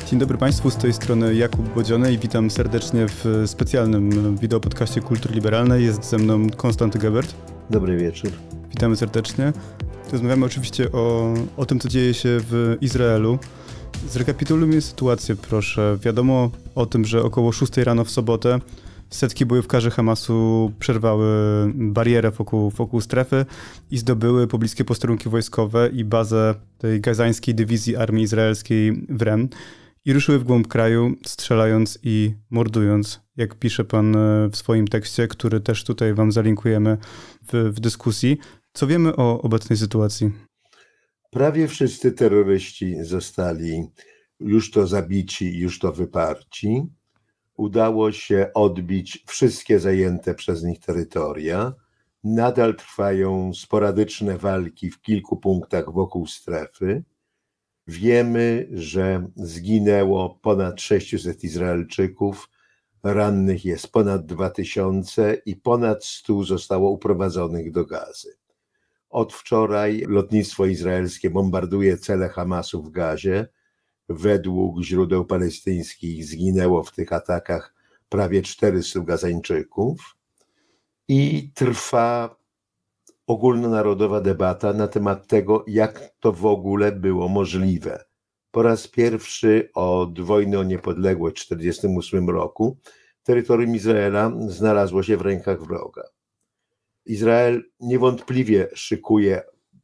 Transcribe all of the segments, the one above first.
Dzień dobry Państwu, z tej strony Jakub Bodziony i witam serdecznie w specjalnym wideopodcaście Kultury Liberalnej. Jest ze mną Konstanty Gebert. Dobry wieczór. Witamy serdecznie. Rozmawiamy oczywiście o tym, co dzieje się w Izraelu. Zrekapitulujmy sytuację, proszę. Wiadomo o tym, że około 6 rano w sobotę setki bojówkarzy Hamasu przerwały barierę wokół strefy i zdobyły pobliskie posterunki wojskowe i bazę tej gazańskiej dywizji armii izraelskiej w Ren i ruszyły w głąb kraju, strzelając i mordując, jak pisze pan w swoim tekście, który też tutaj wam zalinkujemy w dyskusji. Co wiemy o obecnej sytuacji? Prawie wszyscy terroryści zostali już to zabici, już to wyparci. Udało się odbić wszystkie zajęte przez nich terytoria. Nadal trwają sporadyczne walki w kilku punktach wokół strefy. Wiemy, że zginęło ponad 600 Izraelczyków, rannych jest ponad 2000 i ponad 100 zostało uprowadzonych do Gazy. Od wczoraj lotnictwo izraelskie bombarduje cele Hamasu w Gazie. Według źródeł palestyńskich zginęło w tych atakach prawie 400 Gazańczyków i trwa ogólnonarodowa debata na temat tego, jak to w ogóle było możliwe. Po raz pierwszy od wojny o niepodległość w 1948 roku terytorium Izraela znalazło się w rękach wroga. Izrael niewątpliwie szykuje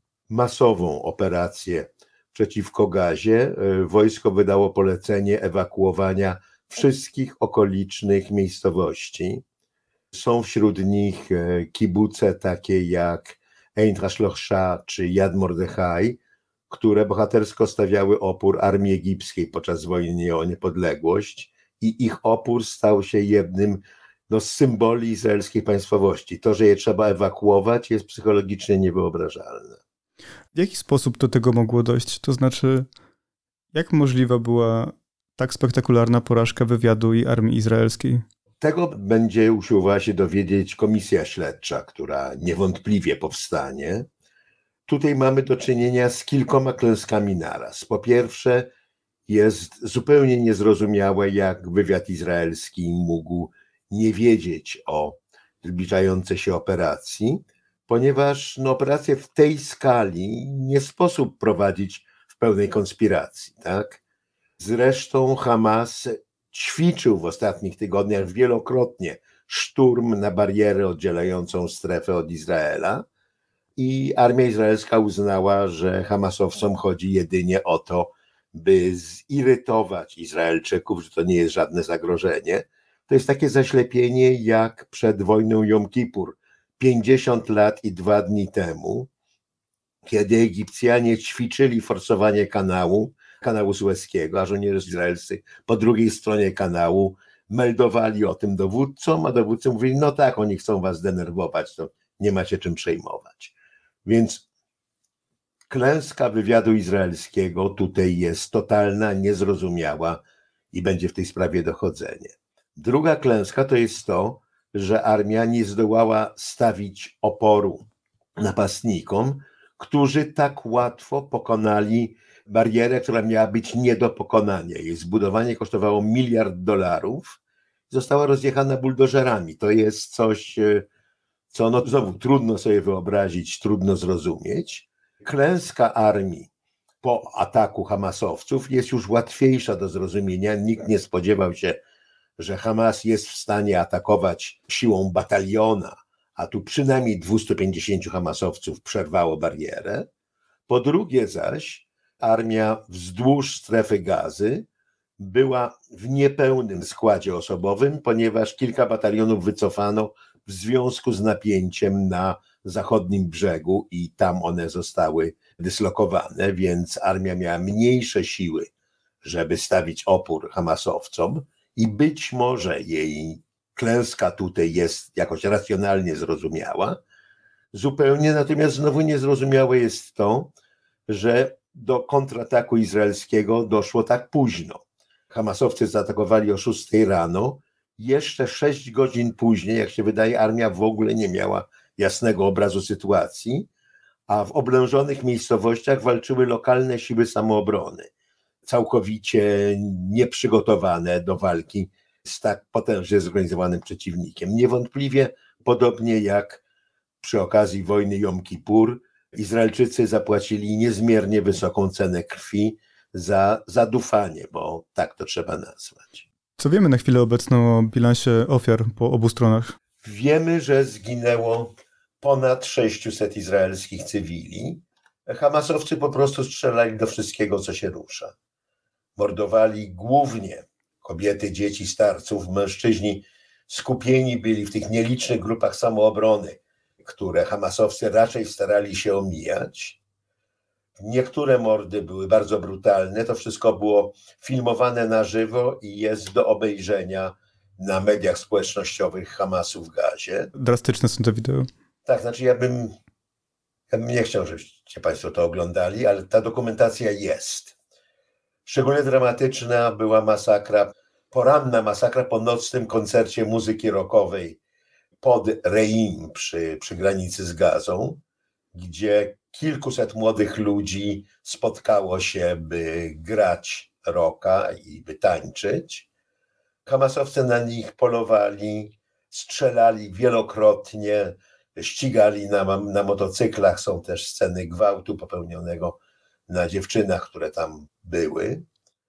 masową operację przeciwko Gazie. Wojsko wydało polecenie ewakuowania wszystkich okolicznych miejscowości. Są wśród nich kibuce takie jak Ein Hashlocha czy Yad Mordechai, które bohatersko stawiały opór armii egipskiej podczas wojny o niepodległość i ich opór stał się jednym z symboli izraelskiej państwowości. To, że je trzeba ewakuować, jest psychologicznie niewyobrażalne. W jaki sposób do tego mogło dojść? To znaczy, jak możliwa była tak spektakularna porażka wywiadu i armii izraelskiej? Tego będzie usiłowała się dowiedzieć komisja śledcza, która niewątpliwie powstanie. Tutaj mamy do czynienia z kilkoma klęskami naraz. Po pierwsze, jest zupełnie niezrozumiałe, jak wywiad izraelski mógł nie wiedzieć o zbliżającej się operacji, ponieważ operację w tej skali nie sposób prowadzić w pełnej konspiracji, tak? Zresztą Hamas ćwiczył w ostatnich tygodniach wielokrotnie szturm na barierę oddzielającą strefę od Izraela i armia izraelska uznała, że Hamasowcom chodzi jedynie o to, by zirytować Izraelczyków, że to nie jest żadne zagrożenie. To jest takie zaślepienie jak przed wojną Jom Kippur 50 lat i 2 dni temu, kiedy Egipcjanie ćwiczyli forsowanie kanału Sueskiego, a żołnierze izraelscy po drugiej stronie kanału meldowali o tym dowódcom, a dowódcy mówili, no tak, oni chcą was zdenerwować, to nie macie czym przejmować. Więc klęska wywiadu izraelskiego tutaj jest totalna, niezrozumiała i będzie w tej sprawie dochodzenie. Druga klęska to jest to, że armia nie zdołała stawić oporu napastnikom, którzy tak łatwo pokonali barierę, która miała być nie do pokonania. Jej zbudowanie kosztowało $1 miliard, została rozjechana buldożerami. To jest coś, co znowu trudno sobie wyobrazić, trudno zrozumieć. Klęska armii po ataku Hamasowców jest już łatwiejsza do zrozumienia. Nikt nie spodziewał się, że Hamas jest w stanie atakować siłą bataliona, a tu przynajmniej 250 Hamasowców przerwało barierę. Po drugie zaś, armia wzdłuż strefy Gazy była w niepełnym składzie osobowym, ponieważ kilka batalionów wycofano w związku z napięciem na zachodnim brzegu i tam one zostały dyslokowane, więc armia miała mniejsze siły, żeby stawić opór Hamasowcom i być może jej klęska tutaj jest jakoś racjonalnie zrozumiała. Zupełnie natomiast znowu niezrozumiałe jest to, że do kontrataku izraelskiego doszło tak późno. Hamasowcy zaatakowali o 6 rano, jeszcze 6 godzin później, jak się wydaje, armia w ogóle nie miała jasnego obrazu sytuacji, a w oblężonych miejscowościach walczyły lokalne siły samoobrony. całkowicie nieprzygotowane do walki z tak potężnie zorganizowanym przeciwnikiem. Niewątpliwie, podobnie jak przy okazji wojny Jom Kippur, Izraelczycy zapłacili niezmiernie wysoką cenę krwi za zadufanie, bo tak to trzeba nazwać. Co wiemy na chwilę obecną o bilansie ofiar po obu stronach? Wiemy, że zginęło ponad 600 izraelskich cywili. Hamasowcy po prostu strzelali do wszystkiego, co się rusza. Mordowali głównie kobiety, dzieci, starców. Mężczyźni skupieni byli w tych nielicznych grupach samoobrony, które hamasowcy raczej starali się omijać. Niektóre mordy były bardzo brutalne. To wszystko było filmowane na żywo i jest do obejrzenia na mediach społecznościowych Hamasu w Gazie. Drastyczne są te wideo. Tak, znaczy ja bym nie chciał, żebyście Państwo to oglądali, ale ta dokumentacja jest. Szczególnie dramatyczna była masakra, poranna masakra po nocnym koncercie muzyki rockowej pod Reim przy granicy z Gazą, gdzie kilkuset młodych ludzi spotkało się, by grać rocka i by tańczyć. Hamasowcy na nich polowali, strzelali wielokrotnie, ścigali na motocyklach. Są też sceny gwałtu popełnionego na dziewczynach, które tam były.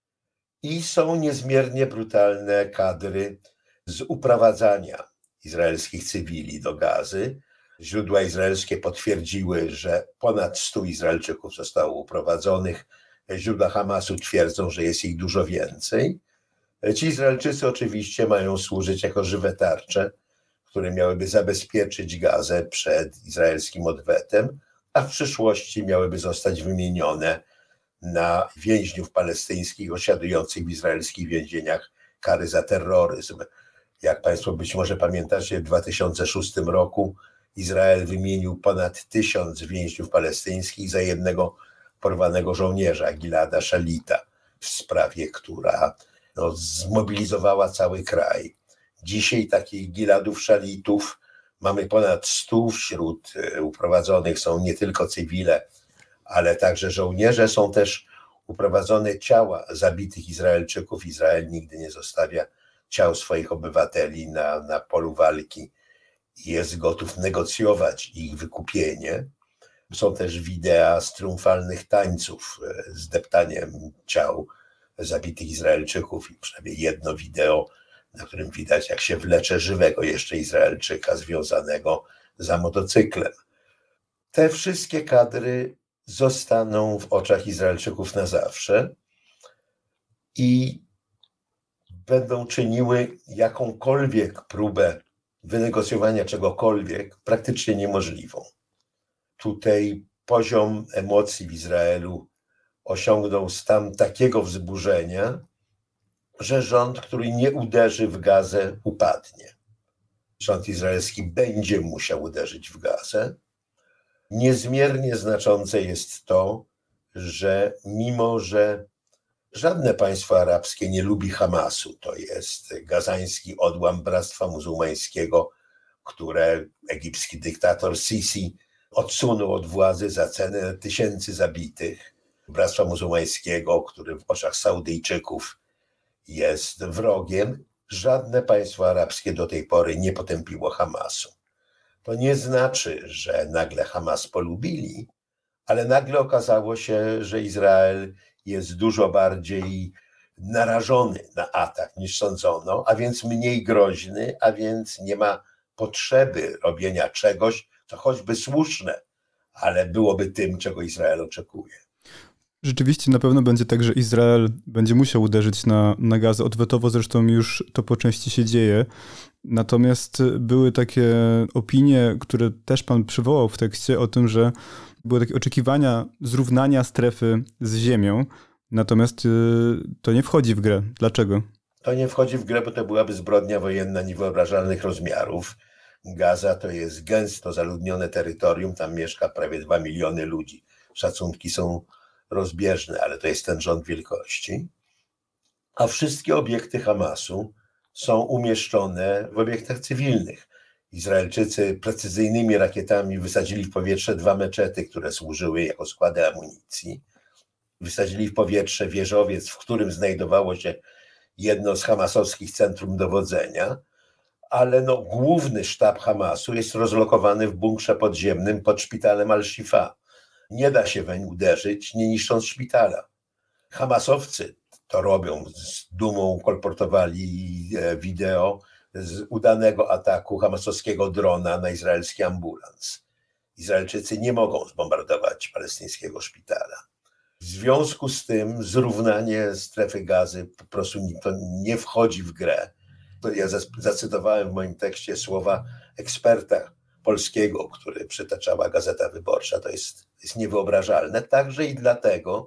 I są niezmiernie brutalne kadry z uprowadzania izraelskich cywili do Gazy. Źródła izraelskie potwierdziły, że ponad 100 Izraelczyków zostało uprowadzonych. Źródła Hamasu twierdzą, że jest ich dużo więcej. Ci Izraelczycy oczywiście mają służyć jako żywe tarcze, które miałyby zabezpieczyć Gazę przed izraelskim odwetem, a w przyszłości miałyby zostać wymienione na więźniów palestyńskich osiadujących w izraelskich więzieniach kary za terroryzm. Jak Państwo być może pamiętacie, w 2006 roku Izrael wymienił ponad 1000 więźniów palestyńskich za jednego porwanego żołnierza, Gilada Szalita, w sprawie, która zmobilizowała cały kraj. Dzisiaj takich Giladów Szalitów mamy ponad 100. Wśród uprowadzonych są nie tylko cywile, ale także żołnierze. Są też uprowadzone ciała zabitych Izraelczyków. Izrael nigdy nie zostawia ciał swoich obywateli na polu walki i jest gotów negocjować ich wykupienie. Są też wideo z triumfalnych tańców z deptaniem ciał zabitych Izraelczyków i przynajmniej jedno wideo, na którym widać, jak się wlecze żywego jeszcze Izraelczyka związanego za motocyklem. Te wszystkie kadry zostaną w oczach Izraelczyków na zawsze i będą czyniły jakąkolwiek próbę wynegocjowania czegokolwiek praktycznie niemożliwą. Tutaj poziom emocji w Izraelu osiągnął stan takiego wzburzenia, że rząd, który nie uderzy w Gazę, upadnie. Rząd izraelski będzie musiał uderzyć w Gazę. Niezmiernie znaczące jest to, że mimo że żadne państwo arabskie nie lubi Hamasu, to jest gazański odłam Bractwa Muzułmańskiego, które egipski dyktator Sisi odsunął od władzy za cenę tysięcy zabitych. Bractwa Muzułmańskiego, który w oczach Saudyjczyków jest wrogiem, żadne państwo arabskie do tej pory nie potępiło Hamasu. To nie znaczy, że nagle Hamas polubili, ale nagle okazało się, że Izrael jest dużo bardziej narażony na atak niż sądzono, a więc mniej groźny, a więc nie ma potrzeby robienia czegoś, co choćby słuszne, ale byłoby tym, czego Izrael oczekuje. Rzeczywiście na pewno będzie tak, że Izrael będzie musiał uderzyć na Gazę. Odwetowo zresztą już to po części się dzieje. Natomiast były takie opinie, które też pan przywołał w tekście, o tym, że były takie oczekiwania zrównania strefy z ziemią. Natomiast to nie wchodzi w grę. Dlaczego? To nie wchodzi w grę, bo to byłaby zbrodnia wojenna niewyobrażalnych rozmiarów. Gaza to jest gęsto zaludnione terytorium, tam mieszka prawie 2 miliony ludzi. Szacunki są rozbieżne, ale to jest ten rząd wielkości. A wszystkie obiekty Hamasu są umieszczone w obiektach cywilnych. Izraelczycy precyzyjnymi rakietami wysadzili w powietrze 2 meczety, które służyły jako składy amunicji. wysadzili w powietrze wieżowiec, w którym znajdowało się jedno z hamasowskich centrum dowodzenia, ale główny sztab Hamasu jest rozlokowany w bunkrze podziemnym pod szpitalem Al-Shifa. Nie da się weń uderzyć, nie niszcząc szpitala. Hamasowcy to robią, z dumą kolportowali wideo z udanego ataku hamasowskiego drona na izraelski ambulans. Izraelczycy nie mogą zbombardować palestyńskiego szpitala. W związku z tym zrównanie strefy Gazy po prostu to nie wchodzi w grę. Ja zacytowałem w moim tekście słowa eksperta polskiego, który przytaczała Gazeta Wyborcza. To jest niewyobrażalne. Także i dlatego,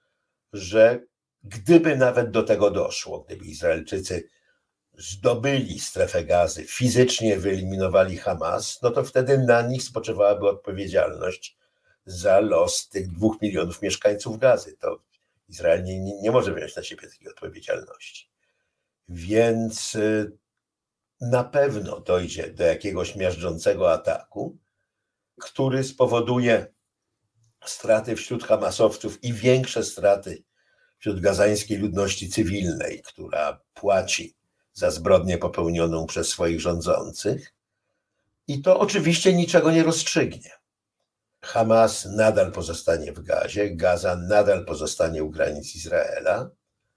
że gdyby nawet do tego doszło, gdyby Izraelczycy zdobyli strefę Gazy, fizycznie wyeliminowali Hamas, to wtedy na nich spoczywałaby odpowiedzialność za los tych 2 milionów mieszkańców Gazy. To Izrael nie może wziąć na siebie takiej odpowiedzialności. Więc na pewno dojdzie do jakiegoś miażdżącego ataku, który spowoduje straty wśród hamasowców i większe straty wśród gazańskiej ludności cywilnej, która płaci za zbrodnię popełnioną przez swoich rządzących. I to oczywiście niczego nie rozstrzygnie. Hamas nadal pozostanie w Gazie, Gaza nadal pozostanie u granic Izraela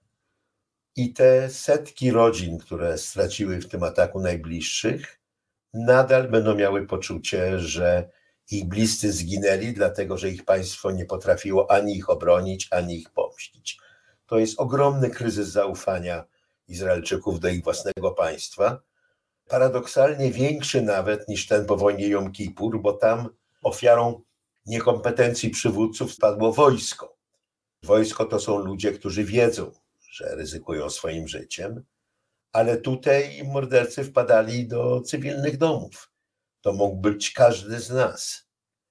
i te setki rodzin, które straciły w tym ataku najbliższych, nadal będą miały poczucie, że ich bliscy zginęli, dlatego że ich państwo nie potrafiło ani ich obronić, ani ich pomścić. To jest ogromny kryzys zaufania Izraelczyków do ich własnego państwa, paradoksalnie większy nawet niż ten po wojnie Jom Kippur, bo tam ofiarą niekompetencji przywódców spadło wojsko. Wojsko to są ludzie, którzy wiedzą, że ryzykują swoim życiem, ale tutaj mordercy wpadali do cywilnych domów. To mógł być każdy z nas.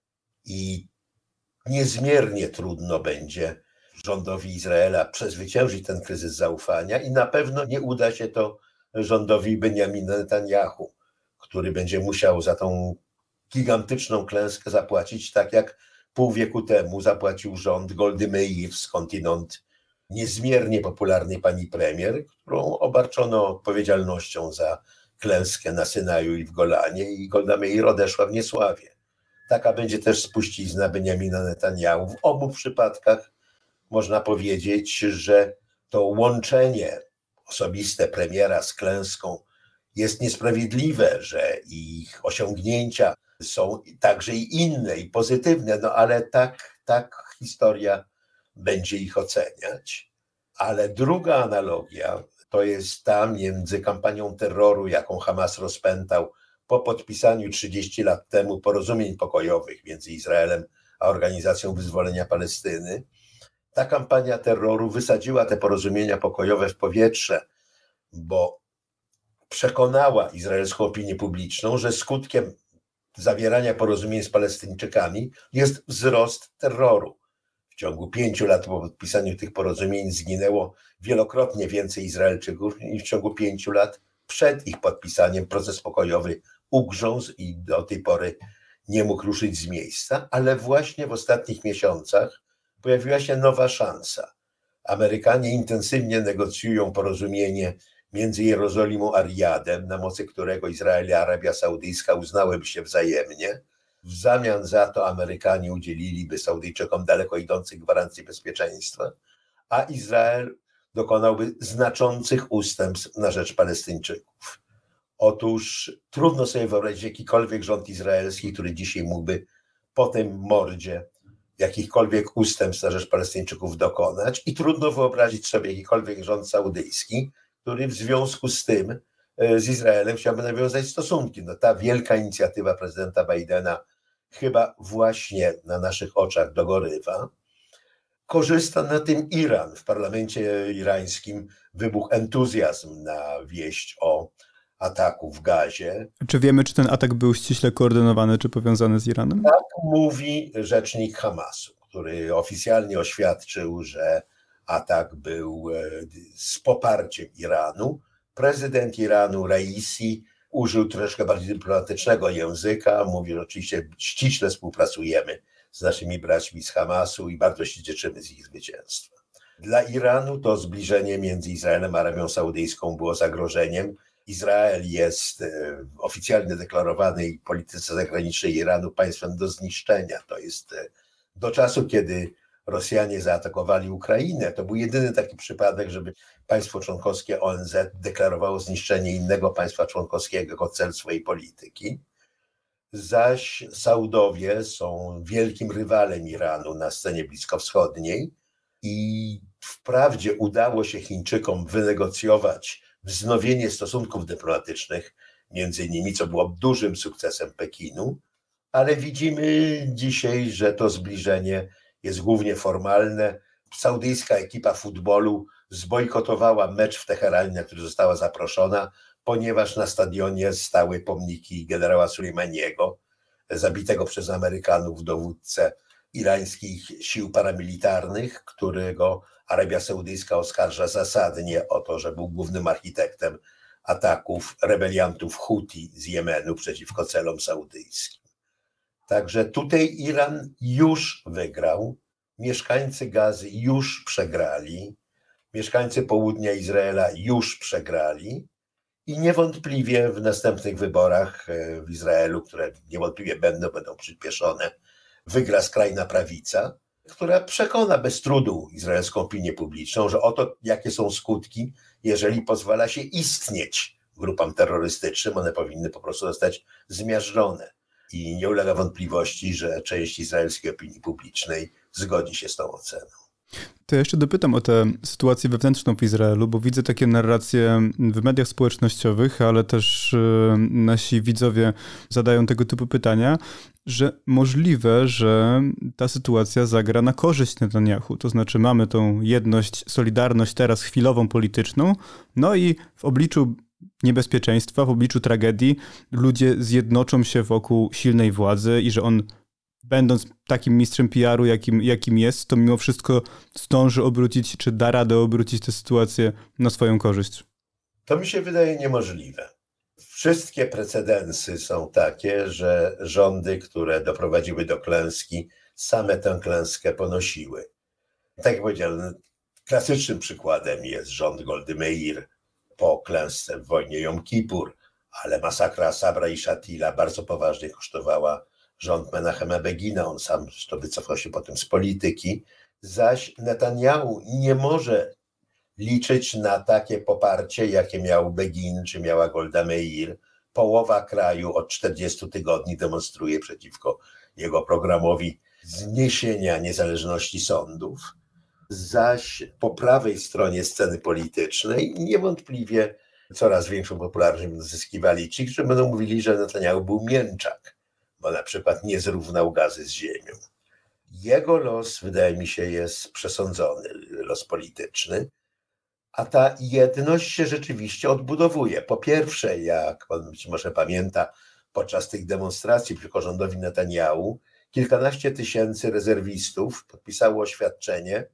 I niezmiernie trudno będzie rządowi Izraela przezwyciężyć ten kryzys zaufania i na pewno nie uda się to rządowi Benjamina Netanjahu, który będzie musiał za tą gigantyczną klęskę zapłacić, tak jak pół wieku temu zapłacił rząd Goldy Meir, skądinąd niezmiernie popularnej pani premier, którą obarczono odpowiedzialnością za klęskę na Synaju i w Golanie i Golda Meir odeszła w niesławie. Taka będzie też spuścizna Benjamina Netanjahu. W obu przypadkach można powiedzieć, że to łączenie osobiste premiera z klęską jest niesprawiedliwe, że ich osiągnięcia są także i inne, i pozytywne, ale tak historia będzie ich oceniać. Ale druga analogia to jest ta między kampanią terroru, jaką Hamas rozpętał po podpisaniu 30 lat temu porozumień pokojowych między Izraelem a Organizacją Wyzwolenia Palestyny. Ta kampania terroru wysadziła te porozumienia pokojowe w powietrze, bo przekonała izraelską opinię publiczną, że skutkiem zawierania porozumień z Palestyńczykami jest wzrost terroru. W ciągu 5 lat po podpisaniu tych porozumień zginęło wielokrotnie więcej Izraelczyków niż w ciągu 5 lat przed ich podpisaniem. Proces pokojowy ugrzązł i do tej pory nie mógł ruszyć z miejsca, ale właśnie w ostatnich miesiącach pojawiła się nowa szansa. Amerykanie intensywnie negocjują porozumienie między Jerozolimą a Riyadem, na mocy którego Izrael i Arabia Saudyjska uznałyby się wzajemnie. W zamian za to Amerykanie udzieliliby Saudyjczykom daleko idących gwarancji bezpieczeństwa, a Izrael dokonałby znaczących ustępstw na rzecz Palestyńczyków. Otóż trudno sobie wyobrazić jakikolwiek rząd izraelski, który dzisiaj mógłby po tym mordzie jakichkolwiek ustępstw na rzecz Palestyńczyków dokonać i trudno wyobrazić sobie jakikolwiek rząd saudyjski, który w związku z tym z Izraelem chciałby nawiązać stosunki. Ta wielka inicjatywa prezydenta Bidena chyba właśnie na naszych oczach dogorywa. Korzysta na tym Iran. W parlamencie irańskim wybuchł entuzjazm na wieść o ataku w Gazie. Czy wiemy, czy ten atak był ściśle koordynowany, czy powiązany z Iranem? Tak mówi rzecznik Hamasu, który oficjalnie oświadczył, że atak był z poparciem Iranu. Prezydent Iranu Raisi użył troszkę bardziej dyplomatycznego języka, mówi, że oczywiście ściśle współpracujemy z naszymi braćmi z Hamasu i bardzo się cieszymy z ich zwycięstwa. Dla Iranu to zbliżenie między Izraelem a Arabią Saudyjską było zagrożeniem. Izrael jest w oficjalnie deklarowanej polityce zagranicznej Iranu państwem do zniszczenia. To jest do czasu, kiedy Rosjanie zaatakowali Ukrainę, to był jedyny taki przypadek, żeby państwo członkowskie ONZ deklarowało zniszczenie innego państwa członkowskiego jako cel swojej polityki. Zaś Saudowie są wielkim rywalem Iranu na scenie bliskowschodniej i wprawdzie udało się Chińczykom wynegocjować wznowienie stosunków dyplomatycznych między nimi, co było dużym sukcesem Pekinu, ale widzimy dzisiaj, że to zbliżenie jest głównie formalne. Saudyjska ekipa futbolu zbojkotowała mecz w Teheranie, na który została zaproszona, ponieważ na stadionie stały pomniki generała Sulejmaniego, zabitego przez Amerykanów dowódcę irańskich sił paramilitarnych, którego Arabia Saudyjska oskarża zasadnie o to, że był głównym architektem ataków rebeliantów Huti z Jemenu przeciwko celom saudyjskim. Także tutaj Iran już wygrał, mieszkańcy Gazy już przegrali, mieszkańcy południa Izraela już przegrali i niewątpliwie w następnych wyborach w Izraelu, które niewątpliwie będą przyspieszone, wygra skrajna prawica, która przekona bez trudu izraelską opinię publiczną, że oto jakie są skutki, jeżeli pozwala się istnieć grupom terrorystycznym, one powinny po prostu zostać zmiażdżone. I nie ulega wątpliwości, że część izraelskiej opinii publicznej zgodzi się z tą oceną. To ja jeszcze dopytam o tę sytuację wewnętrzną w Izraelu, bo widzę takie narracje w mediach społecznościowych, ale też nasi widzowie zadają tego typu pytania, że możliwe, że ta sytuacja zagra na korzyść Netanjahu. To znaczy mamy tą jedność, solidarność teraz chwilową polityczną, no i w obliczu niebezpieczeństwa, w obliczu tragedii ludzie zjednoczą się wokół silnej władzy i że on, będąc takim mistrzem PR-u, jakim jest, to mimo wszystko zdąży obrócić, czy da radę obrócić tę sytuację na swoją korzyść. To mi się wydaje niemożliwe. Wszystkie precedensy są takie, że rządy, które doprowadziły do klęski, same tę klęskę ponosiły. Tak jak powiedziałem, klasycznym przykładem jest rząd Goldy Meir po klęsce w wojnie Jom Kippur, ale masakra Sabra i Shatila bardzo poważnie kosztowała rząd Menachema Begina, on sam to wycofał się potem z polityki, zaś Netanjahu nie może liczyć na takie poparcie, jakie miał Begin czy miała Golda Meir. Połowa kraju od 40 tygodni demonstruje przeciwko jego programowi zniesienia niezależności sądów, zaś po prawej stronie sceny politycznej niewątpliwie coraz większą popularność zyskiwali ci, którzy będą mówili, że Netanjahu był mięczak, bo na przykład nie zrównał Gazy z ziemią. Jego los, wydaje mi się, jest przesądzony, los polityczny, a ta jedność się rzeczywiście odbudowuje. Po pierwsze, jak pan być może pamięta, podczas tych demonstracji przeciwko rządowi Netanjahu kilkanaście tysięcy rezerwistów podpisało oświadczenie,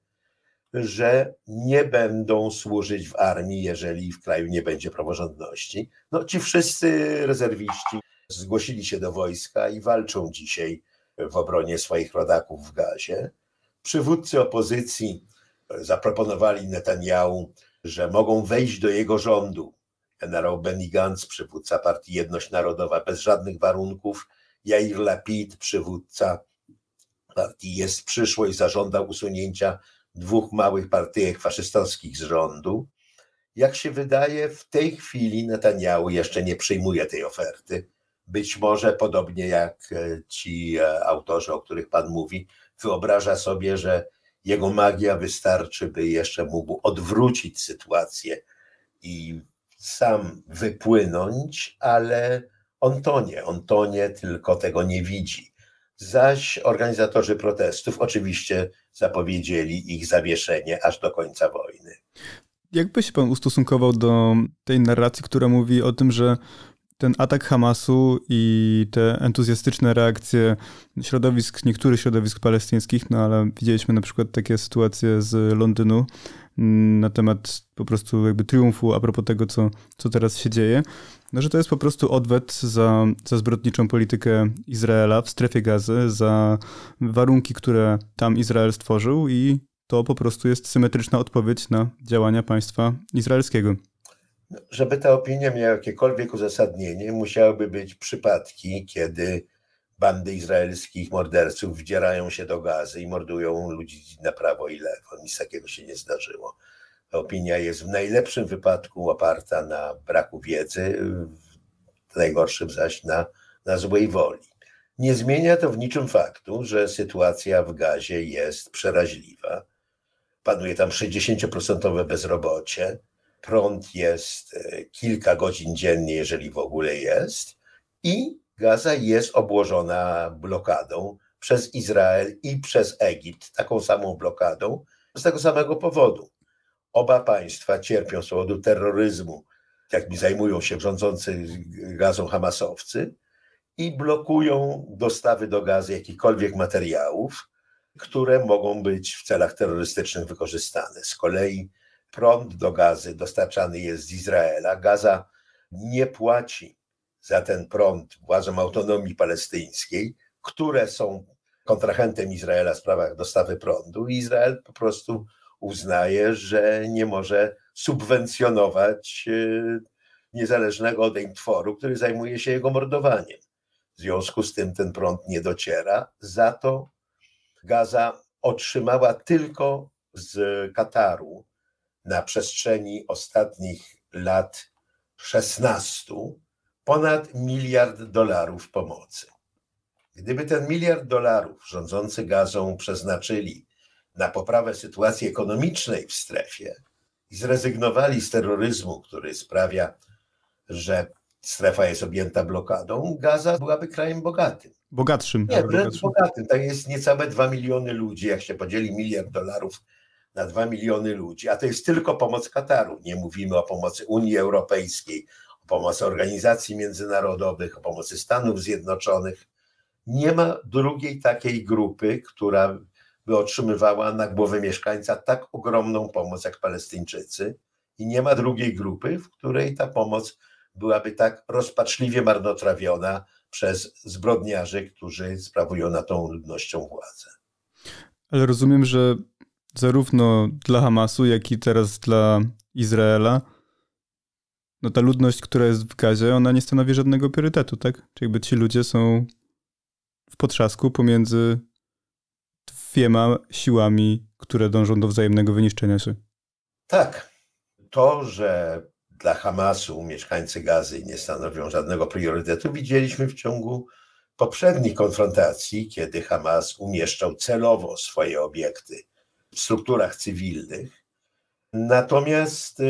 że nie będą służyć w armii, jeżeli w kraju nie będzie praworządności. No, ci wszyscy rezerwiści zgłosili się do wojska i walczą dzisiaj w obronie swoich rodaków w Gazie. Przywódcy opozycji zaproponowali Netanjahu, że mogą wejść do jego rządu. Generał Benny Gantz, przywódca partii Jedność Narodowa, bez żadnych warunków. Yair Lapid, przywódca partii Jest Przyszłość, zażądał usunięcia 2 małych partyjek faszystowskich z rządu. Jak się wydaje, w tej chwili Netanjahu jeszcze nie przyjmuje tej oferty. Być może, podobnie jak ci autorzy, o których pan mówi, wyobraża sobie, że jego magia wystarczy, by jeszcze mógł odwrócić sytuację i sam wypłynąć, ale on tonie, tylko tego nie widzi. Zaś organizatorzy protestów oczywiście zapowiedzieli ich zawieszenie aż do końca wojny. Jakby się pan ustosunkował do tej narracji, która mówi o tym, że ten atak Hamasu i te entuzjastyczne reakcje niektórych środowisk palestyńskich, no ale widzieliśmy na przykład takie sytuacje z Londynu, na temat po prostu jakby triumfu a propos tego, co teraz się dzieje, no, że to jest po prostu odwet za zbrodniczą politykę Izraela w strefie Gazy, za warunki, które tam Izrael stworzył i to po prostu jest symetryczna odpowiedź na działania państwa izraelskiego. Żeby ta opinia miała jakiekolwiek uzasadnienie, musiałyby być przypadki, kiedy bandy izraelskich morderców wdzierają się do Gazy i mordują ludzi na prawo i lewo. Nic takiego się nie zdarzyło. Ta opinia jest w najlepszym wypadku oparta na braku wiedzy, w najgorszym zaś na złej woli. Nie zmienia to w niczym faktu, że sytuacja w Gazie jest przeraźliwa. Panuje tam 60% bezrobocie. Prąd jest kilka godzin dziennie, jeżeli w ogóle jest. I Gaza jest obłożona blokadą przez Izrael i przez Egipt, taką samą blokadą, z tego samego powodu. Oba państwa cierpią z powodu terroryzmu, jakimi zajmują się rządzący Gazą hamasowcy i blokują dostawy do Gazy jakichkolwiek materiałów, które mogą być w celach terrorystycznych wykorzystane. Z kolei prąd do Gazy dostarczany jest z Izraela. Gaza nie płaci za ten prąd władzom autonomii palestyńskiej, które są kontrahentem Izraela w sprawach dostawy prądu. I Izrael po prostu uznaje, że nie może subwencjonować niezależnego odeń tworu, który zajmuje się jego mordowaniem. W związku z tym ten prąd nie dociera. Za to Gaza otrzymała tylko z Kataru na przestrzeni ostatnich lat 16 ponad $1 miliard pomocy. Gdyby ten $1 miliard rządzący Gazą przeznaczyli na poprawę sytuacji ekonomicznej w strefie i zrezygnowali z terroryzmu, który sprawia, że strefa jest objęta blokadą, Gaza byłaby krajem bogatym. Bogatszym. Nie, wręcz bogatym. Tam jest niecałe 2 miliony ludzi. Jak się podzieli $1 miliard na 2 miliony ludzi, a to jest tylko pomoc Kataru. Nie mówimy o pomocy Unii Europejskiej, o pomocy organizacji międzynarodowych, o pomocy Stanów Zjednoczonych. Nie ma drugiej takiej grupy, która by otrzymywała na głowę mieszkańca tak ogromną pomoc jak Palestyńczycy i nie ma drugiej grupy, w której ta pomoc byłaby tak rozpaczliwie marnotrawiona przez zbrodniarzy, którzy sprawują nad tą ludnością władzę. Ale rozumiem, że zarówno dla Hamasu, jak i teraz dla Izraela, no ta ludność, która jest w Gazie, ona nie stanowi żadnego priorytetu, tak? Czyli jakby ci ludzie są w potrzasku pomiędzy dwiema siłami, które dążą do wzajemnego wyniszczenia się. Tak. To, że dla Hamasu mieszkańcy Gazy nie stanowią żadnego priorytetu, widzieliśmy w ciągu poprzednich konfrontacji, kiedy Hamas umieszczał celowo swoje obiekty w strukturach cywilnych. Natomiast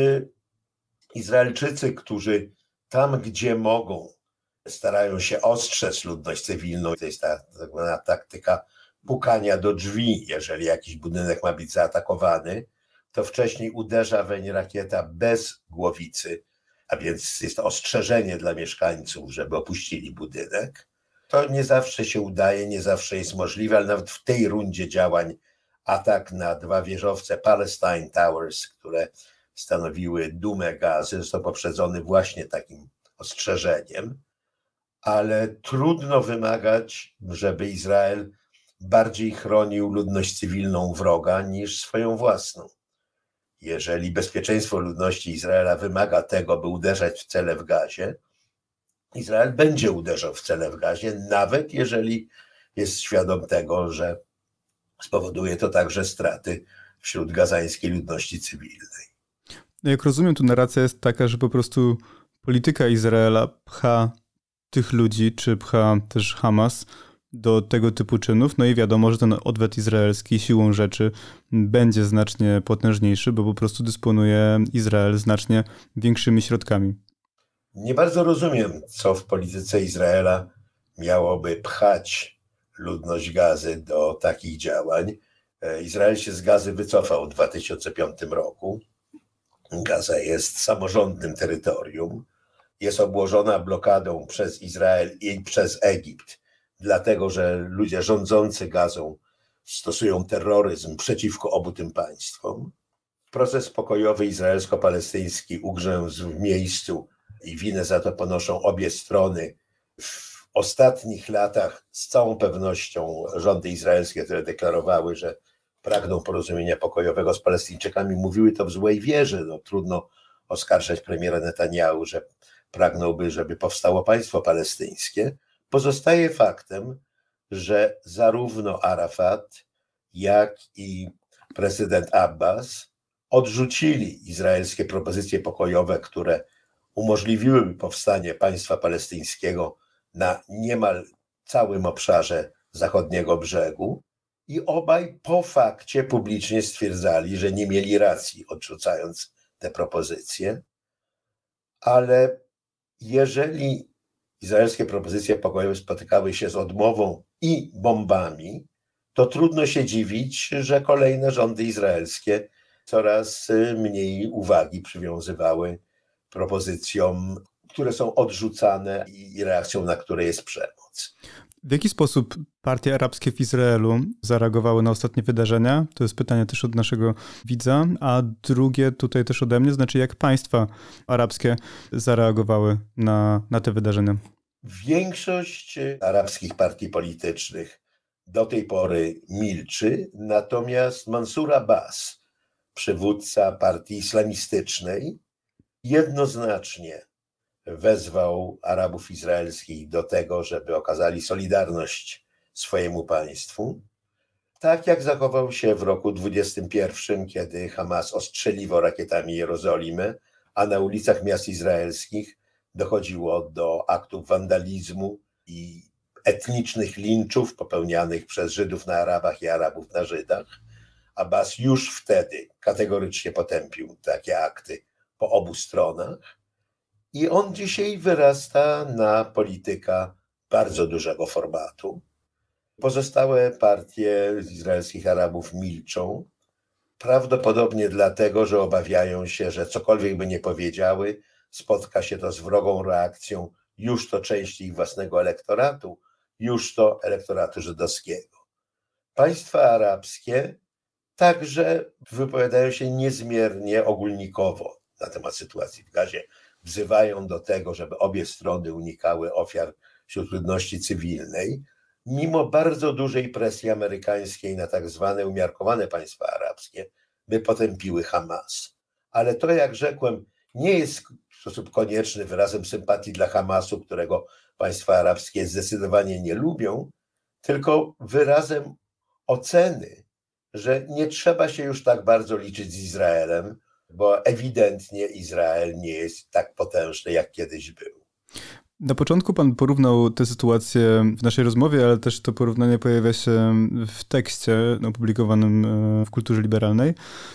Izraelczycy, którzy tam, gdzie mogą, starają się ostrzec ludność cywilną, to jest ta taktyka pukania do drzwi, jeżeli jakiś budynek ma być zaatakowany, to wcześniej uderza weń rakieta bez głowicy, a więc jest to ostrzeżenie dla mieszkańców, żeby opuścili budynek. To nie zawsze się udaje, nie zawsze jest możliwe, ale nawet w tej rundzie działań atak na 2 wieżowce Palestine Towers, które stanowiły dumę Gazy, został poprzedzony właśnie takim ostrzeżeniem, ale trudno wymagać, żeby Izrael bardziej chronił ludność cywilną wroga niż swoją własną. Jeżeli bezpieczeństwo ludności Izraela wymaga tego, by uderzać w cele w Gazie, Izrael będzie uderzał w cele w Gazie, nawet jeżeli jest świadom tego, że spowoduje to także straty wśród gazańskiej ludności cywilnej. Jak rozumiem, tu narracja jest taka, że po prostu polityka Izraela pcha tych ludzi, czy pcha też Hamas do tego typu czynów, no i wiadomo, że ten odwet izraelski siłą rzeczy będzie znacznie potężniejszy, bo po prostu dysponuje Izrael znacznie większymi środkami. Nie bardzo rozumiem, co w polityce Izraela miałoby pchać ludność Gazy do takich działań. Izrael się z Gazy wycofał w 2005 roku. Gaza jest samorządnym terytorium. Jest obłożona blokadą przez Izrael i przez Egipt, dlatego że ludzie rządzący Gazą stosują terroryzm przeciwko obu tym państwom. Proces pokojowy izraelsko-palestyński ugrzęzł w miejscu i winę za to ponoszą obie strony. W ostatnich latach z całą pewnością rządy izraelskie, które deklarowały, że pragną porozumienia pokojowego z Palestyńczykami, mówiły to w złej wierze. No, trudno oskarżać premiera Netanjahu, że pragnąłby, żeby powstało państwo palestyńskie. Pozostaje faktem, że zarówno Arafat, jak i prezydent Abbas odrzucili izraelskie propozycje pokojowe, które umożliwiłyby powstanie państwa palestyńskiego na niemal całym obszarze zachodniego brzegu, i obaj po fakcie publicznie stwierdzali, że nie mieli racji, odrzucając te propozycje. Ale jeżeli izraelskie propozycje pokojowe spotykały się z odmową i bombami, to trudno się dziwić, że kolejne rządy izraelskie coraz mniej uwagi przywiązywały propozycjom, które są odrzucane i reakcją na które jest przemoc. W jaki sposób partie arabskie w Izraelu zareagowały na ostatnie wydarzenia? To jest pytanie też od naszego widza, a drugie tutaj też ode mnie, znaczy jak państwa arabskie zareagowały na te wydarzenia? Większość arabskich partii politycznych do tej pory milczy, natomiast Mansur Abbas, przywódca partii islamistycznej, jednoznacznie wezwał Arabów izraelskich do tego, żeby okazali solidarność swojemu państwu. Tak jak zachował się w roku 2021, kiedy Hamas ostrzeliwał rakietami Jerozolimę, a na ulicach miast izraelskich dochodziło do aktów wandalizmu i etnicznych linczów popełnianych przez Żydów na Arabach i Arabów na Żydach. Abbas już wtedy kategorycznie potępił takie akty po obu stronach. I on dzisiaj wyrasta na polityka bardzo dużego formatu. Pozostałe partie izraelskich Arabów milczą, prawdopodobnie dlatego, że obawiają się, że cokolwiek by nie powiedziały, spotka się to z wrogą reakcją już to części ich własnego elektoratu, już to elektoratu żydowskiego. Państwa arabskie także wypowiadają się niezmiernie ogólnikowo na temat sytuacji w Gazie. Wzywają do tego, żeby obie strony unikały ofiar wśród ludności cywilnej, mimo bardzo dużej presji amerykańskiej na tak zwane umiarkowane państwa arabskie, by potępiły Hamas. Ale to, jak rzekłem, nie jest w sposób konieczny wyrazem sympatii dla Hamasu, którego państwa arabskie zdecydowanie nie lubią, tylko wyrazem oceny, że nie trzeba się już tak bardzo liczyć z Izraelem, bo ewidentnie Izrael nie jest tak potężny, jak kiedyś był. Na początku pan porównał tę sytuację w naszej rozmowie, ale też to porównanie pojawia się w tekście opublikowanym w Kulturze Liberalnej,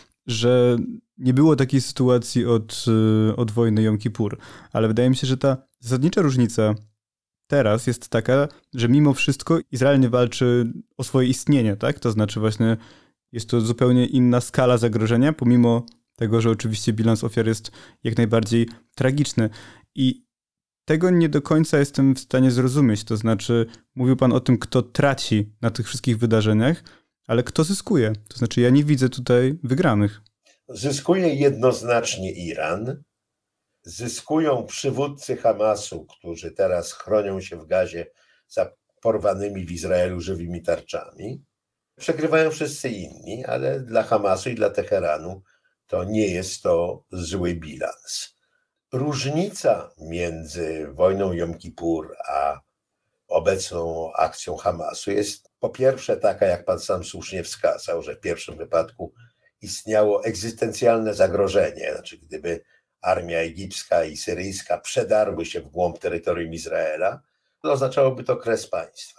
że nie było takiej sytuacji od wojny Jom Kippur. Ale wydaje mi się, że ta zasadnicza różnica teraz jest taka, że mimo wszystko Izrael nie walczy o swoje istnienie, tak? To znaczy właśnie jest to zupełnie inna skala zagrożenia, pomimo tego, że oczywiście bilans ofiar jest jak najbardziej tragiczny. I tego nie do końca jestem w stanie zrozumieć. To znaczy, mówił pan o tym, kto traci na tych wszystkich wydarzeniach, ale kto zyskuje? To znaczy, ja nie widzę tutaj wygranych. Zyskuje jednoznacznie Iran. Zyskują przywódcy Hamasu, którzy teraz chronią się w Gazie za porwanymi w Izraelu żywymi tarczami. Przegrywają wszyscy inni, ale dla Hamasu i dla Teheranu to nie jest to zły bilans. Różnica między wojną Jom Kippur a obecną akcją Hamasu jest po pierwsze taka, jak pan sam słusznie wskazał, że w pierwszym wypadku istniało egzystencjalne zagrożenie, znaczy gdyby armia egipska i syryjska przedarły się w głąb terytorium Izraela, to oznaczałoby to kres państwa.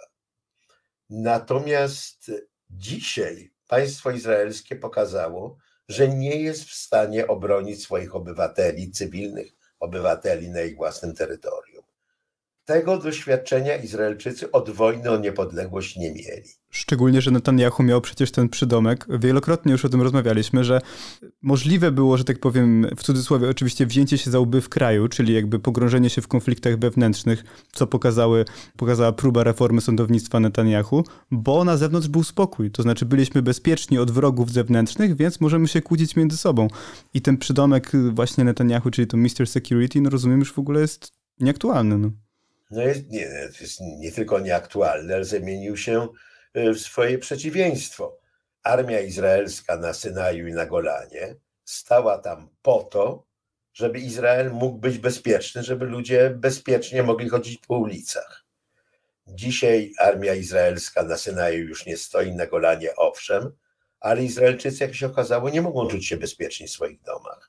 Natomiast dzisiaj państwo izraelskie pokazało, że nie jest w stanie obronić swoich obywateli, cywilnych obywateli na ich własnym terytorium. Tego doświadczenia Izraelczycy od wojny o niepodległość nie mieli. Szczególnie, że Netanjahu miał przecież ten przydomek. Wielokrotnie już o tym rozmawialiśmy, że możliwe było, że tak powiem, w cudzysłowie oczywiście, wzięcie się za łby w kraju, czyli jakby pogrążenie się w konfliktach wewnętrznych, co pokazała próba reformy sądownictwa Netanjahu, bo na zewnątrz był spokój. To znaczy byliśmy bezpieczni od wrogów zewnętrznych, więc możemy się kłócić między sobą. I ten przydomek właśnie Netanjahu, czyli to Mr. Security, no rozumiem, już w ogóle jest nieaktualny. No jest nie tylko nieaktualny, ale zamienił się w swoje przeciwieństwo. Armia izraelska na Synaju i na Golanie stała tam po to, żeby Izrael mógł być bezpieczny, żeby ludzie bezpiecznie mogli chodzić po ulicach. Dzisiaj armia izraelska na Synaju już nie stoi, na Golanie owszem, ale Izraelczycy, jak się okazało, nie mogą czuć się bezpieczni w swoich domach.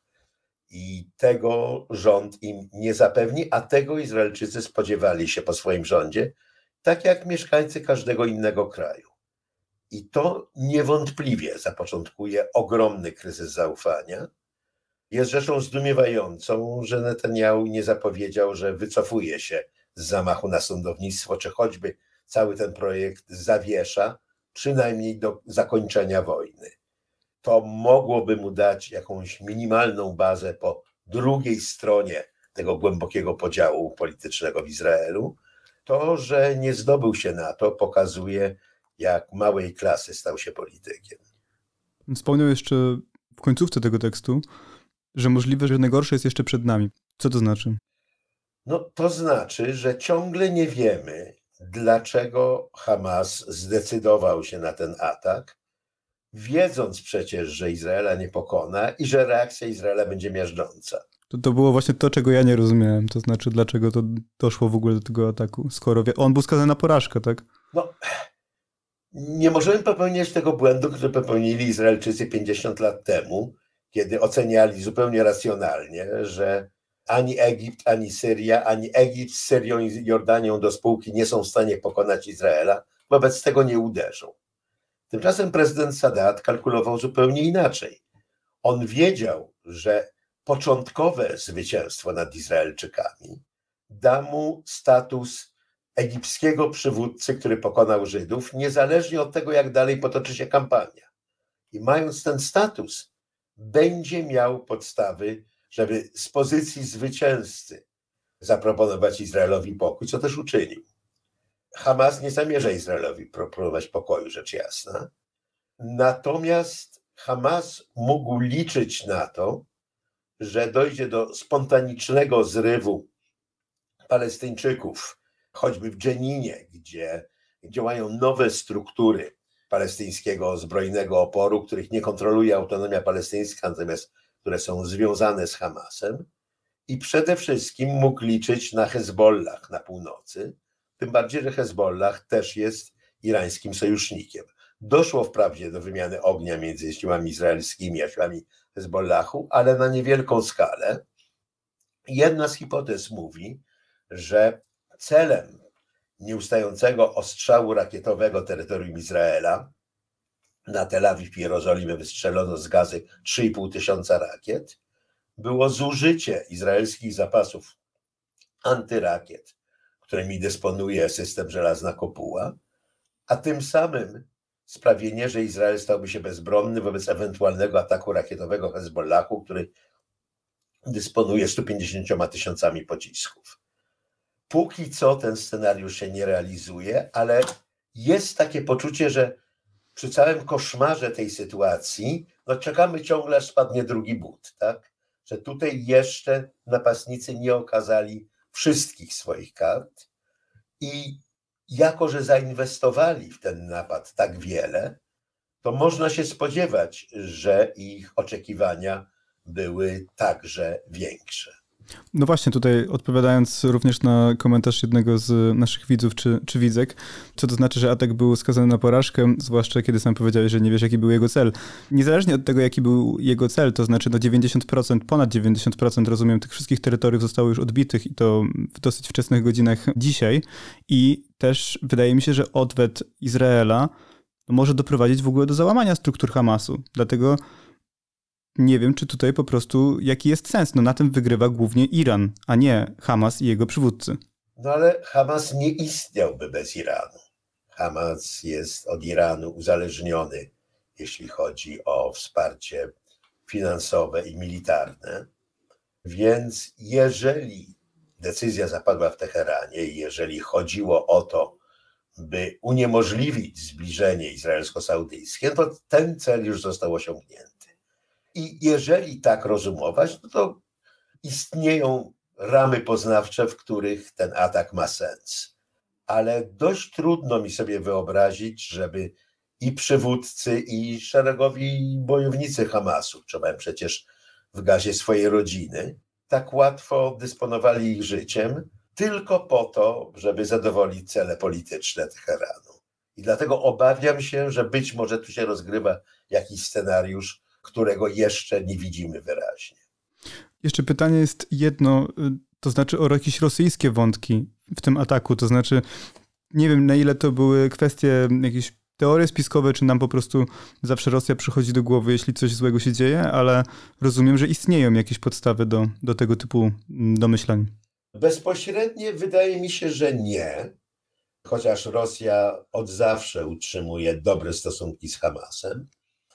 I tego rząd im nie zapewni, a tego Izraelczycy spodziewali się po swoim rządzie, tak jak mieszkańcy każdego innego kraju. I to niewątpliwie zapoczątkuje ogromny kryzys zaufania. Jest rzeczą zdumiewającą, że Netanjahu nie zapowiedział, że wycofuje się z zamachu na sądownictwo, czy choćby cały ten projekt zawiesza, przynajmniej do zakończenia wojny. To mogłoby mu dać jakąś minimalną bazę po drugiej stronie tego głębokiego podziału politycznego w Izraelu. To, że nie zdobył się na to, pokazuje, jak małej klasy stał się politykiem. Wspomniał jeszcze w końcówce tego tekstu, że możliwe, że najgorsze jest jeszcze przed nami. Co to znaczy? No to znaczy, że ciągle nie wiemy, dlaczego Hamas zdecydował się na ten atak, wiedząc przecież, że Izraela nie pokona i że reakcja Izraela będzie miażdżąca. To było właśnie to, czego ja nie rozumiałem. To znaczy, dlaczego to doszło w ogóle do tego ataku, skoro on był skazany na porażkę, tak? No, nie możemy popełniać tego błędu, który popełnili Izraelczycy 50 lat temu, kiedy oceniali zupełnie racjonalnie, że ani Egipt, ani Syria, ani Egipt z Syrią i Jordanią do spółki nie są w stanie pokonać Izraela, wobec tego nie uderzą. Tymczasem prezydent Sadat kalkulował zupełnie inaczej. On wiedział, że początkowe zwycięstwo nad Izraelczykami da mu status egipskiego przywódcy, który pokonał Żydów, niezależnie od tego, jak dalej potoczy się kampania. I mając ten status, będzie miał podstawy, żeby z pozycji zwycięzcy zaproponować Izraelowi pokój, co też uczynił. Hamas nie zamierza Izraelowi proponować pokoju, rzecz jasna. Natomiast Hamas mógł liczyć na to, że dojdzie do spontanicznego zrywu Palestyńczyków, choćby w Dżeninie, gdzie działają nowe struktury palestyńskiego zbrojnego oporu, których nie kontroluje autonomia palestyńska, natomiast które są związane z Hamasem. I przede wszystkim mógł liczyć na Hezbollah na północy, tym bardziej, że Hezbollah też jest irańskim sojusznikiem. Doszło wprawdzie do wymiany ognia między siłami izraelskimi a siłami Hezbollahu, ale na niewielką skalę. Jedna z hipotez mówi, że celem nieustającego ostrzału rakietowego terytorium Izraela, na Tel Awiw i Jerozolimę wystrzelono z Gazy 3,5 tysiąca rakiet, było zużycie izraelskich zapasów antyrakiet, którymi dysponuje system Żelazna Kopuła, a tym samym sprawienie, że Izrael stałby się bezbronny wobec ewentualnego ataku rakietowego Hezbollahu, który dysponuje 150 tysiącami pocisków. Póki co ten scenariusz się nie realizuje, ale jest takie poczucie, że przy całym koszmarze tej sytuacji czekamy ciągle, aż spadnie drugi but, tak? Że tutaj jeszcze napastnicy nie okazali wszystkich swoich kart i jako, że zainwestowali w ten napad tak wiele, to można się spodziewać, że ich oczekiwania były także większe. No właśnie, tutaj odpowiadając również na komentarz jednego z naszych widzów czy widzek, co to znaczy, że atak był skazany na porażkę, zwłaszcza kiedy sam powiedziałeś, że nie wiesz, jaki był jego cel. Niezależnie od tego, jaki był jego cel, to znaczy 90%, ponad 90% rozumiem, tych wszystkich terytoriów zostało już odbitych i to w dosyć wczesnych godzinach dzisiaj i też wydaje mi się, że odwet Izraela może doprowadzić w ogóle do załamania struktur Hamasu. Dlatego nie wiem, czy tutaj po prostu jaki jest sens. No na tym wygrywa głównie Iran, a nie Hamas i jego przywódcy. No ale Hamas nie istniałby bez Iranu. Hamas jest od Iranu uzależniony, jeśli chodzi o wsparcie finansowe i militarne. Więc jeżeli decyzja zapadła w Teheranie i jeżeli chodziło o to, by uniemożliwić zbliżenie izraelsko-saudyjskie, to ten cel już został osiągnięty. I jeżeli tak rozumować, no to istnieją ramy poznawcze, w których ten atak ma sens. Ale dość trudno mi sobie wyobrazić, żeby i przywódcy, i szeregowi bojownicy Hamasu, trzymałem przecież w gazie swojej rodziny, tak łatwo dysponowali ich życiem tylko po to, żeby zadowolić cele polityczne Teheranu. I dlatego obawiam się, że być może tu się rozgrywa jakiś scenariusz, którego jeszcze nie widzimy wyraźnie. Jeszcze pytanie jest jedno, to znaczy o jakieś rosyjskie wątki w tym ataku, to znaczy nie wiem, na ile to były kwestie jakieś teorie spiskowe, czy nam po prostu zawsze Rosja przychodzi do głowy, jeśli coś złego się dzieje, ale rozumiem, że istnieją jakieś podstawy do tego typu domyślań. Bezpośrednie wydaje mi się, że nie, chociaż Rosja od zawsze utrzymuje dobre stosunki z Hamasem,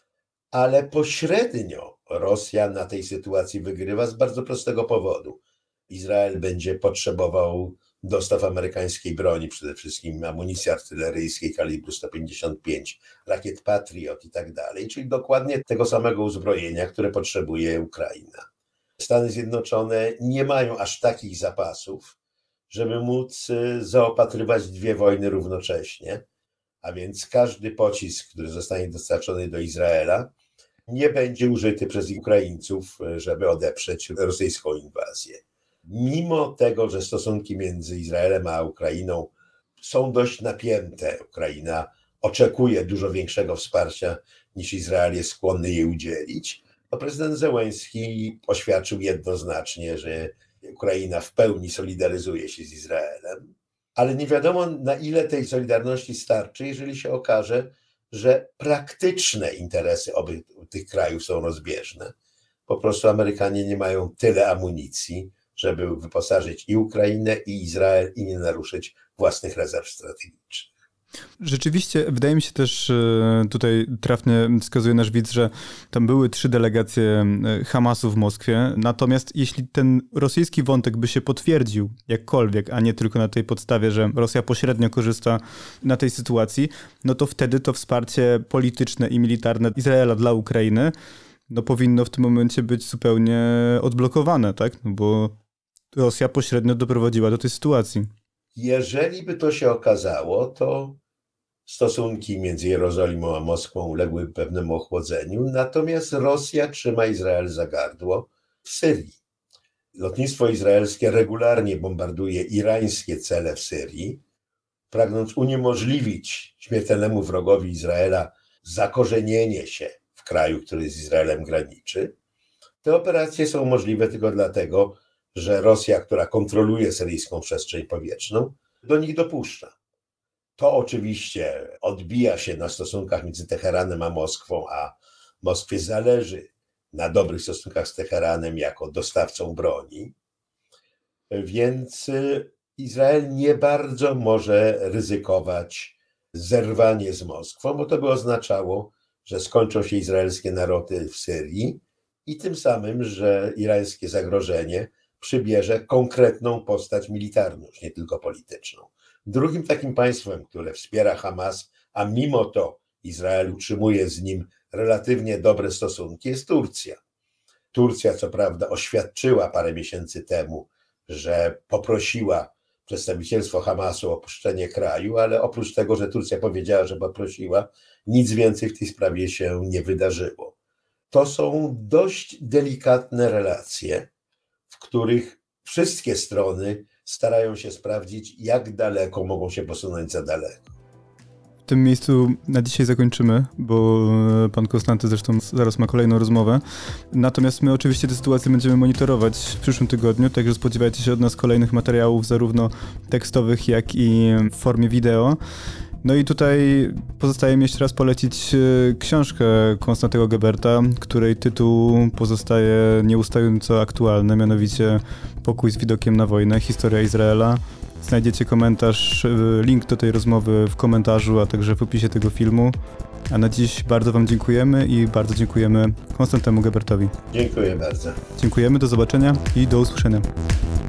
ale pośrednio Rosja na tej sytuacji wygrywa z bardzo prostego powodu. Izrael będzie potrzebował dostaw amerykańskiej broni, przede wszystkim amunicji artyleryjskiej kalibru 155, rakiet Patriot i tak dalej, czyli dokładnie tego samego uzbrojenia, które potrzebuje Ukraina. Stany Zjednoczone nie mają aż takich zapasów, żeby móc zaopatrywać dwie wojny równocześnie, a więc każdy pocisk, który zostanie dostarczony do Izraela, nie będzie użyty przez Ukraińców, żeby odeprzeć rosyjską inwazję. Mimo tego, że stosunki między Izraelem a Ukrainą są dość napięte, Ukraina oczekuje dużo większego wsparcia niż Izrael jest skłonny jej udzielić, to prezydent Zełenski oświadczył jednoznacznie, że Ukraina w pełni solidaryzuje się z Izraelem, ale nie wiadomo, na ile tej solidarności starczy, jeżeli się okaże, że praktyczne interesy obu tych krajów są rozbieżne. Po prostu Amerykanie nie mają tyle amunicji, żeby wyposażyć i Ukrainę, i Izrael i nie naruszyć własnych rezerw strategicznych. Rzeczywiście, wydaje mi się też, tutaj trafnie wskazuje nasz widz, że tam były 3 delegacje Hamasu w Moskwie, natomiast jeśli ten rosyjski wątek by się potwierdził jakkolwiek, a nie tylko na tej podstawie, że Rosja pośrednio korzysta na tej sytuacji, no to wtedy to wsparcie polityczne i militarne Izraela dla Ukrainy no powinno w tym momencie być zupełnie odblokowane, tak? No bo Rosja pośrednio doprowadziła do tej sytuacji. Jeżeli by to się okazało, to stosunki między Jerozolimą a Moskwą uległy pewnemu ochłodzeniu, natomiast Rosja trzyma Izrael za gardło w Syrii. Lotnictwo izraelskie regularnie bombarduje irańskie cele w Syrii, pragnąc uniemożliwić śmiertelnemu wrogowi Izraela zakorzenienie się w kraju, który z Izraelem graniczy. Te operacje są możliwe tylko dlatego, że Rosja, która kontroluje syryjską przestrzeń powietrzną, do nich dopuszcza. To oczywiście odbija się na stosunkach między Teheranem a Moskwą, a Moskwie zależy na dobrych stosunkach z Teheranem jako dostawcą broni, więc Izrael nie bardzo może ryzykować zerwanie z Moskwą, bo to by oznaczało, że skończą się izraelskie naloty w Syrii i tym samym, że irańskie zagrożenie przybierze konkretną postać militarną, już nie tylko polityczną. Drugim takim państwem, które wspiera Hamas, a mimo to Izrael utrzymuje z nim relatywnie dobre stosunki, jest Turcja. Turcja, co prawda, oświadczyła parę miesięcy temu, że poprosiła przedstawicielstwo Hamasu o opuszczenie kraju, ale oprócz tego, że Turcja powiedziała, że poprosiła, nic więcej w tej sprawie się nie wydarzyło. To są dość delikatne relacje, w których wszystkie strony starają się sprawdzić, jak daleko mogą się posunąć za daleko. W tym miejscu na dzisiaj zakończymy, bo pan Konstanty zresztą zaraz ma kolejną rozmowę. Natomiast my oczywiście tę sytuację będziemy monitorować w przyszłym tygodniu, także spodziewajcie się od nas kolejnych materiałów, zarówno tekstowych, jak i w formie wideo. No i tutaj pozostaje mi jeszcze raz polecić książkę Konstantego Geberta, której tytuł pozostaje nieustająco aktualny, mianowicie Pokój z widokiem na wojnę, historia Izraela. Znajdziecie komentarz, link do tej rozmowy w komentarzu, a także w opisie tego filmu. A na dziś bardzo wam dziękujemy i bardzo dziękujemy Konstantemu Gebertowi. Dziękuję bardzo. Dziękujemy, do zobaczenia i do usłyszenia.